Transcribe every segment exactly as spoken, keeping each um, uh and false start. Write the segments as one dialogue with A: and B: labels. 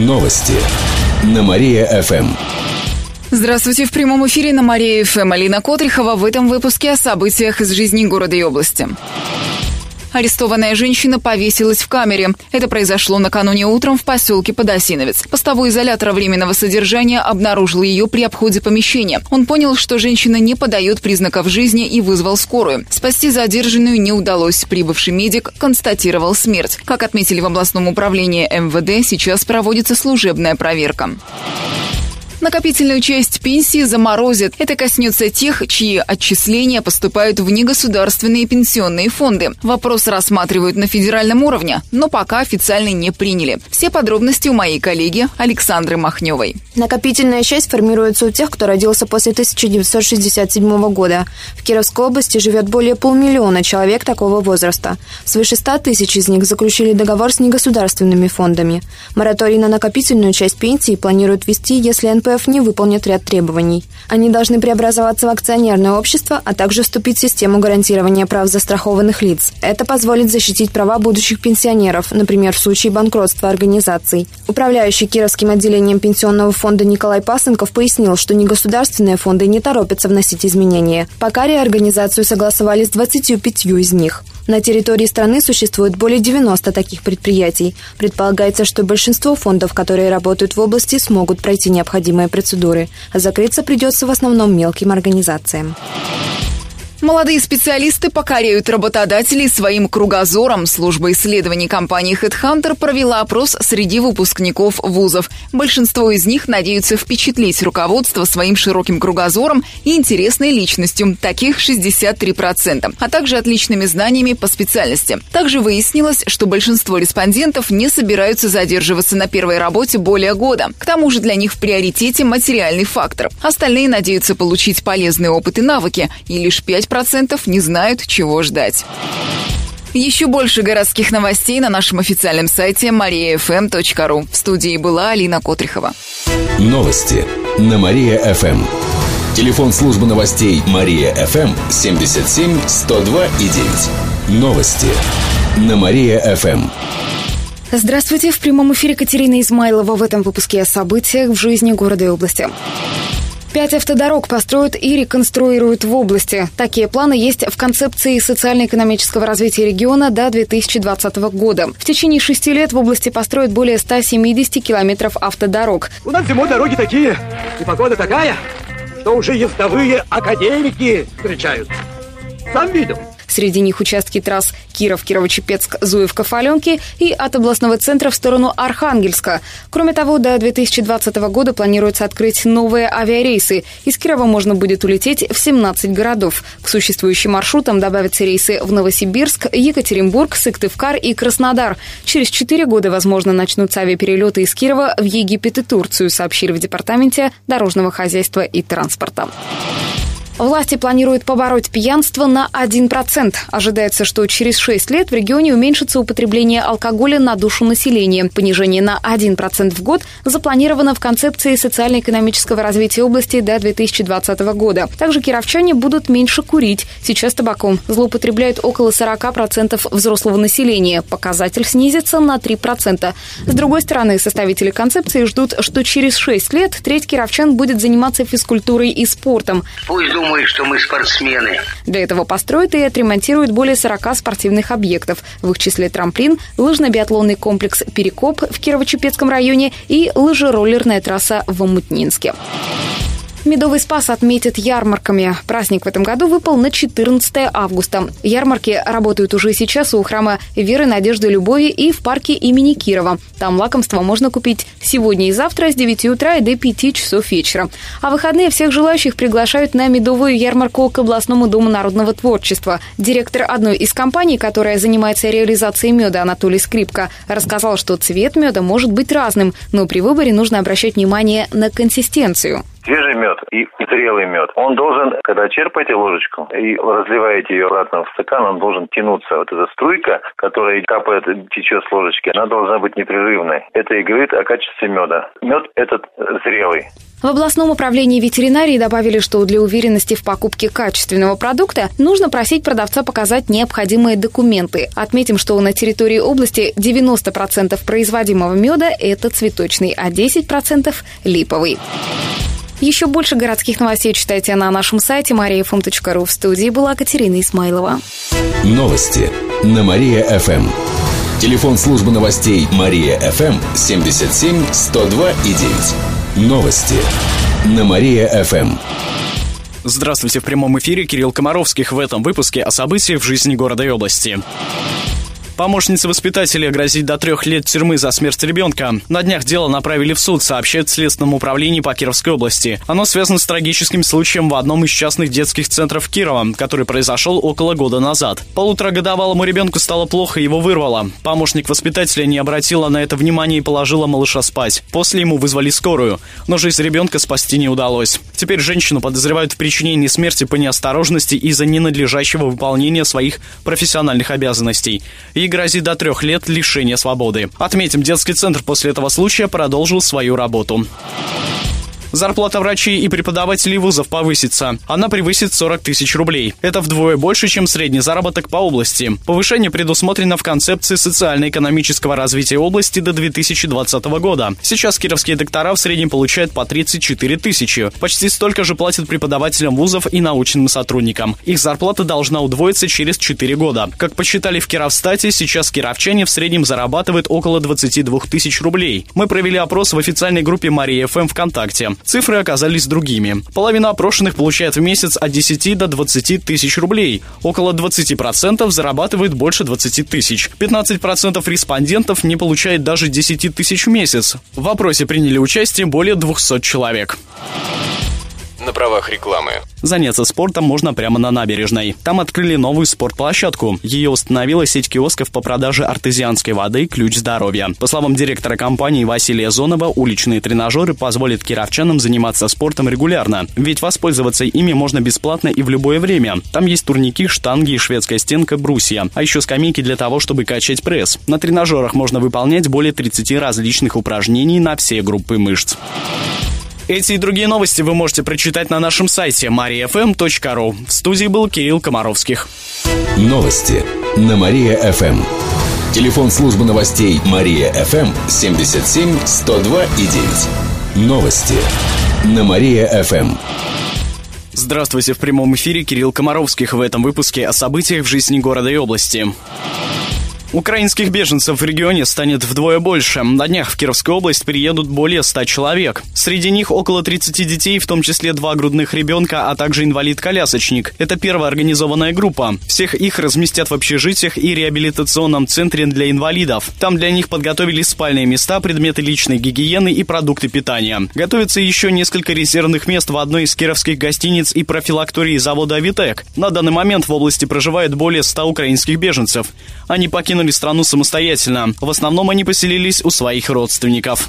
A: Новости на Мария-ФМ.
B: Здравствуйте, в прямом эфире на Мария-ФМ. Алина Котрихова. В этом выпуске о событиях из жизни города и области. Арестованная женщина повесилась в камере. Это произошло накануне утром в поселке Подосиновец. Постовой изолятор временного содержания обнаружил ее при обходе помещения. Он понял, что женщина не подает признаков жизни и вызвал скорую. Спасти задержанную не удалось. Прибывший медик констатировал смерть. Как отметили в областном управлении эм вэ дэ, сейчас проводится служебная проверка. Накопительную часть пенсии заморозят. Это коснется тех, чьи отчисления поступают в негосударственные пенсионные фонды. Вопрос рассматривают на федеральном уровне, но пока официально не приняли. Все подробности у моей коллеги Александры Махневой.
C: Накопительная часть формируется у тех, кто родился после тысяча девятьсот шестьдесят седьмого года. В Кировской области живет более полмиллиона человек такого возраста. Свыше ста тысяч из них заключили договор с негосударственными фондами. Мораторий на накопительную часть пенсии планируют ввести, если эн пэ эф не выполнит ряд требований. Они должны преобразоваться в акционерное общество, а также вступить в систему гарантирования прав застрахованных лиц. Это позволит защитить права будущих пенсионеров, например, в случае банкротства организаций. Управляющий Кировским отделением пенсионного фонда Николай Пасынков пояснил, что негосударственные фонды не торопятся вносить изменения. Пока реорганизацию согласовали с двадцатью пятью из них. На территории страны существует более девяноста таких предприятий. Предполагается, что большинство фондов, которые работают в области, смогут пройти необходимые процедуры. А закрыться придется в основном мелким организациям.
B: Молодые специалисты покоряют работодателей своим кругозором. Служба исследований компании HeadHunter провела опрос среди выпускников вузов. Большинство из них надеются впечатлить руководство своим широким кругозором и интересной личностью, таких шестьдесят три процента, а также отличными знаниями по специальности. Также выяснилось, что большинство респондентов не собираются задерживаться на первой работе более года. К тому же для них в приоритете материальный фактор. Остальные надеются получить полезный опыт и навыки, и лишь пять процентов не знают, чего ждать. Еще больше городских новостей на нашем официальном сайте мария эф эм точка ру. В студии была Алина Котрихова.
A: Новости на Мария-ФМ. Телефон службы новостей Мария-ФМ семьдесят семь сто два и девять. Новости на Мария-ФМ.
C: Здравствуйте, в прямом эфире Катерина Измайлова. В этом выпуске о событиях в жизни города и области. Пять автодорог построят и реконструируют в области. Такие планы есть в концепции социально-экономического развития региона до две тысячи двадцатого года. В течение шести лет в области построят более ста семидесяти километров автодорог.
D: У нас зимой дороги такие, и погода такая, что уже ездовые академики встречают. Сам видел.
C: Среди них участки трасс Киров, Кирово-Чепецк, Зуевка, Фаленки и от областного центра в сторону Архангельска. Кроме того, до две тысячи двадцатого года планируется открыть новые авиарейсы. Из Кирова можно будет улететь в семнадцать городов. К существующим маршрутам добавятся рейсы в Новосибирск, Екатеринбург, Сыктывкар и Краснодар. Через четыре года, возможно, начнутся авиаперелеты из Кирова в Египет и Турцию, сообщили в Департаменте дорожного хозяйства и транспорта. Власти планируют побороть пьянство на один процент. Ожидается, что через шесть лет в регионе уменьшится употребление алкоголя на душу населения. Понижение на один процент в год запланировано в концепции социально-экономического развития области до две тысячи двадцатого года. Также кировчане будут меньше курить. Сейчас табаком злоупотребляют около сорок процентов взрослого населения. Показатель снизится на три процента. С другой стороны, составители концепции ждут, что через шесть лет треть кировчан будет заниматься физкультурой и спортом.
E: Пусть думают, что мы спортсмены.
C: Для этого построят и отремонтируют более сорока спортивных объектов. В их числе трамплин, лыжно-биатлонный комплекс «Перекоп» в Кирово-Чепецком районе и лыжероллерная трасса в Омутнинске. Медовый Спас отметят ярмарками. Праздник в этом году выпал на четырнадцатое августа. Ярмарки работают уже сейчас у храма Веры, Надежды, Любови и в парке имени Кирова. Там лакомства можно купить сегодня и завтра с девяти утра и до пяти часов вечера. А в выходные всех желающих приглашают на медовую ярмарку к областному дому народного творчества. Директор одной из компаний, которая занимается реализацией меда, Анатолий Скрипка, рассказал, что цвет меда может быть разным, но при выборе нужно обращать внимание на консистенцию.
F: Свежий мед и зрелый мед, он должен, когда черпаете ложечку и разливаете ее обратно в стакан, он должен тянуться. Вот эта струйка, которая капает, течет с ложечки, она должна быть непрерывной. Это и говорит о качестве меда. Мед этот зрелый.
C: В областном управлении ветеринарии добавили, что для уверенности в покупке качественного продукта нужно просить продавца показать необходимые документы. Отметим, что на территории области девяносто процентов производимого меда – это цветочный, а десять процентов – липовый. Еще больше городских новостей читайте на нашем сайте мария эф эм точка ру. В студии была Катерина Исмайлова.
A: Новости на Мария-ФМ. Телефон службы новостей Мария-ФМ семьдесят семь сто два и девять. Новости на Мария-ФМ.
G: Здравствуйте, в прямом эфире Кирилл Комаровских. В этом выпуске о событиях в жизни города и области. Помощнице воспитателя грозит до трех лет тюрьмы за смерть ребенка. На днях дело направили в суд, сообщают в Следственном управлении по Кировской области. Оно связано с трагическим случаем в одном из частных детских центров Кирова, который произошел около года назад. Полуторагодовалому ребенку стало плохо, его вырвало. Помощник воспитателя не обратила на это внимания и положила малыша спать. После ему вызвали скорую, но жизнь ребенка спасти не удалось. Теперь женщину подозревают в причинении смерти по неосторожности из-за ненадлежащего выполнения своих профессиональных обязанностей. Ей грозит до трех лет лишения свободы. Отметим, детский центр после этого случая продолжил свою работу. Зарплата врачей и преподавателей вузов повысится. Она превысит сорок тысяч рублей. Это вдвое больше, чем средний заработок по области. Повышение предусмотрено в концепции социально-экономического развития области до две тысячи двадцатого года. Сейчас кировские доктора в среднем получают по тридцать четыре тысячи. Почти столько же платят преподавателям вузов и научным сотрудникам. Их зарплата должна удвоиться через четыре года. Как посчитали в Кировстате, сейчас кировчане в среднем зарабатывают около двадцать два тысяч рублей. Мы провели опрос в официальной группе Мария-ФМ ВКонтакте. Цифры оказались другими. Половина опрошенных получает в месяц от десяти до двадцати тысяч рублей. Около двадцати процентов зарабатывают больше двадцати тысяч. пятнадцать процентов респондентов не получает даже десяти тысяч в месяц. В опросе приняли участие более двухсот человек.
H: На правах рекламы.
G: Заняться спортом можно прямо на набережной. Там открыли новую спортплощадку. Ее установила сеть киосков по продаже артезианской воды «Ключ здоровья». По словам директора компании Василия Зонова, уличные тренажеры позволят кировчанам заниматься спортом регулярно. Ведь воспользоваться ими можно бесплатно и в любое время. Там есть турники, штанги и шведская стенка, брусья. А еще скамейки для того, чтобы качать пресс. На тренажерах можно выполнять более тридцати различных упражнений на все группы мышц. Эти и другие новости вы можете прочитать на нашем сайте мария эф эм точка ру. В студии был Кирилл Комаровских.
A: Новости на Мария-ФМ. Телефон службы новостей Мария-ФМ семьдесят семь сто два и девять. Новости на Мария-ФМ.
G: Здравствуйте, в прямом эфире Кирилл Комаровских. В этом выпуске о событиях в жизни города и области. Украинских беженцев в регионе станет вдвое больше. На днях в Кировскую область приедут более ста человек. Среди них около тридцати детей, в том числе два грудных ребенка, а также инвалид-колясочник. Это первая организованная группа. Всех их разместят в общежитиях и реабилитационном центре для инвалидов. Там для них подготовили спальные места, предметы личной гигиены и продукты питания. Готовится еще несколько резервных мест в одной из кировских гостиниц и профилактории завода «Авитек». На данный момент в области проживает более ста украинских беженцев. Они покинули страну самостоятельно. В основном они поселились у своих родственников.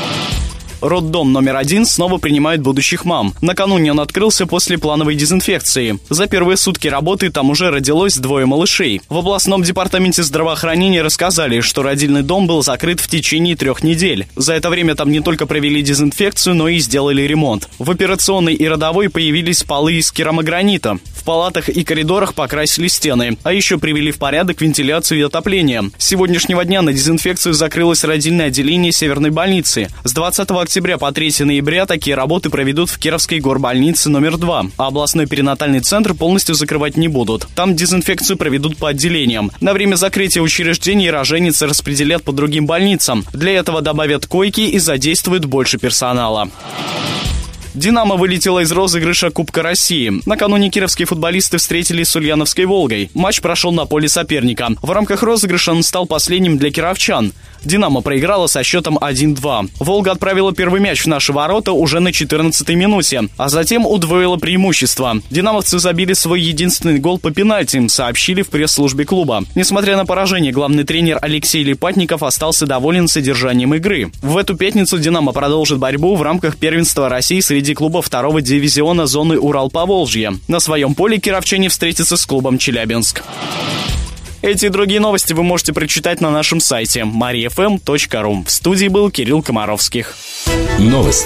G: Роддом номер один снова принимает будущих мам. Накануне он открылся после плановой дезинфекции. За первые сутки работы там уже родилось двое малышей. В областном департаменте здравоохранения рассказали, что родильный дом был закрыт в течение трех недель. За это время там не только провели дезинфекцию, но и сделали ремонт. В операционной и родовой появились полы из керамогранита. В палатах и коридорах покрасили стены, а еще привели в порядок вентиляцию и отопление. С сегодняшнего дня на дезинфекцию закрылось родильное отделение Северной больницы. С двадцатого октября по третьего ноября такие работы проведут в Кировской горбольнице номер два, а областной перинатальный центр полностью закрывать не будут. Там дезинфекцию проведут по отделениям. На время закрытия учреждений роженицы распределят по другим больницам. Для этого добавят койки и задействуют больше персонала. «Динамо» вылетела из розыгрыша Кубка России. Накануне кировские футболисты встретились с Ульяновской «Волгой». Матч прошел на поле соперника. В рамках розыгрыша он стал последним для кировчан. «Динамо» проиграла со счетом один-два. «Волга» отправила первый мяч в наши ворота уже на четырнадцатой минуте, а затем удвоила преимущество. «Динамовцы» забили свой единственный гол по пенальти, сообщили в пресс-службе клуба. Несмотря на поражение, главный тренер Алексей Липатников остался доволен содержанием игры. В эту пятницу «Динамо» продолжит борьбу в рамках первенства России среди клубов второго дивизиона зоны Урал-Поволжье. На своем поле кировчане встретятся с клубом «Челябинск». Эти и другие новости вы можете прочитать на нашем сайте мария эф эм точка ру. В студии был Кирилл Комаровских.
A: Новости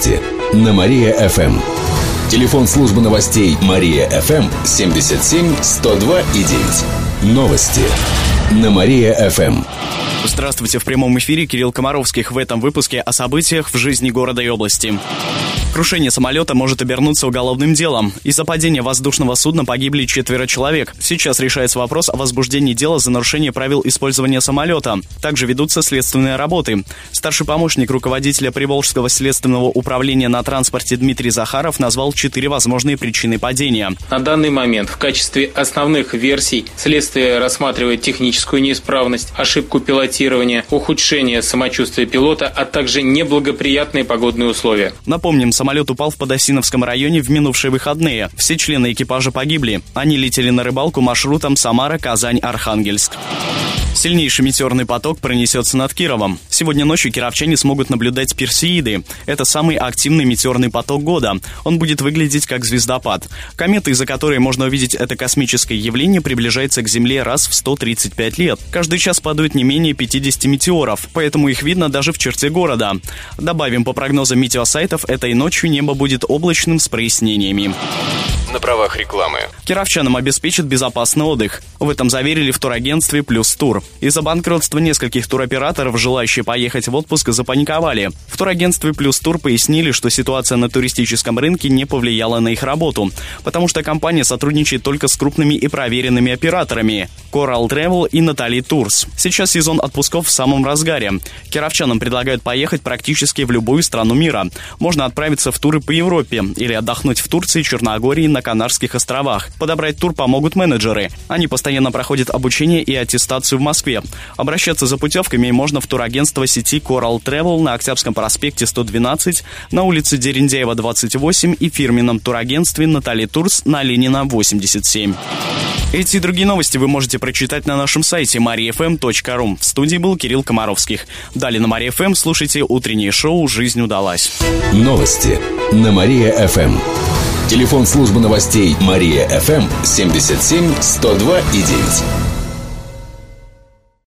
A: на Мария-ФМ. Телефон службы новостей Мария-ФМ семьдесят семь сто два и девять. Новости на Мария-ФМ.
G: Здравствуйте, в прямом эфире Кирилл Комаровских. В этом выпуске о событиях в жизни города и области. Крушение самолета может обернуться уголовным делом. Из-за падения воздушного судна погибли четверо человек. Сейчас решается вопрос о возбуждении дела за нарушение правил использования самолета. Также ведутся следственные работы. Старший помощник руководителя Приволжского следственного управления на транспорте Дмитрий Захаров назвал четыре возможные причины падения.
I: На данный момент в качестве основных версий следствие рассматривает техническую неисправность, ошибку пилотирования, ухудшение самочувствия пилота, а также неблагоприятные погодные условия.
G: Напомним, самолет упал в Подосиновском районе в минувшие выходные. Все члены экипажа погибли. Они летели на рыбалку маршрутом Самара, Казань, Архангельск. Сильнейший метеорный поток пронесется над Кировом. Сегодня ночью кировчане смогут наблюдать персеиды. Это самый активный метеорный поток года. Он будет выглядеть как звездопад. Комета, из-за которой можно увидеть это космическое явление, приближается к Земле раз в сто тридцать пять лет. Каждый час падают не менее пятьдесят метеоров, поэтому их видно даже в черте города. Добавим, по прогнозам метеосайтов, этой ночью небо будет облачным с прояснениями.
H: На правах рекламы.
G: Кировчанам обеспечат безопасный отдых. В этом заверили в турагентстве «Плюс Тур». Из-за банкротства нескольких туроператоров желающие поехать в отпуск запаниковали. В турагентстве «Плюс Тур» пояснили, что ситуация на туристическом рынке не повлияла на их работу, потому что компания сотрудничает только с крупными и проверенными операторами – Coral Travel и Натали Tours. Сейчас сезон отпусков в самом разгаре. Кировчанам предлагают поехать практически в любую страну мира. Можно отправиться в туры по Европе или отдохнуть в Турции, Черногории, на Канарских островах. Подобрать тур помогут менеджеры. Они постоянно проходят обучение и аттестацию в Москве. Обращаться за путевками можно в турагентство сети Coral Travel на Октябрьском проспекте сто двенадцать, на улице Дерендяева двадцать восемь и фирменном турагентстве Натали Турс на Ленина восемьдесят семь. Эти и другие новости вы можете прочитать на нашем сайте мария эф эм точка ру. В студии был Кирилл Комаровских. Далее на Мария-ФМ слушайте утреннее шоу «Жизнь удалась».
A: Новости на Мария-ФМ. Телефон службы новостей Мария-ФМ семьдесят семь сто два и девять.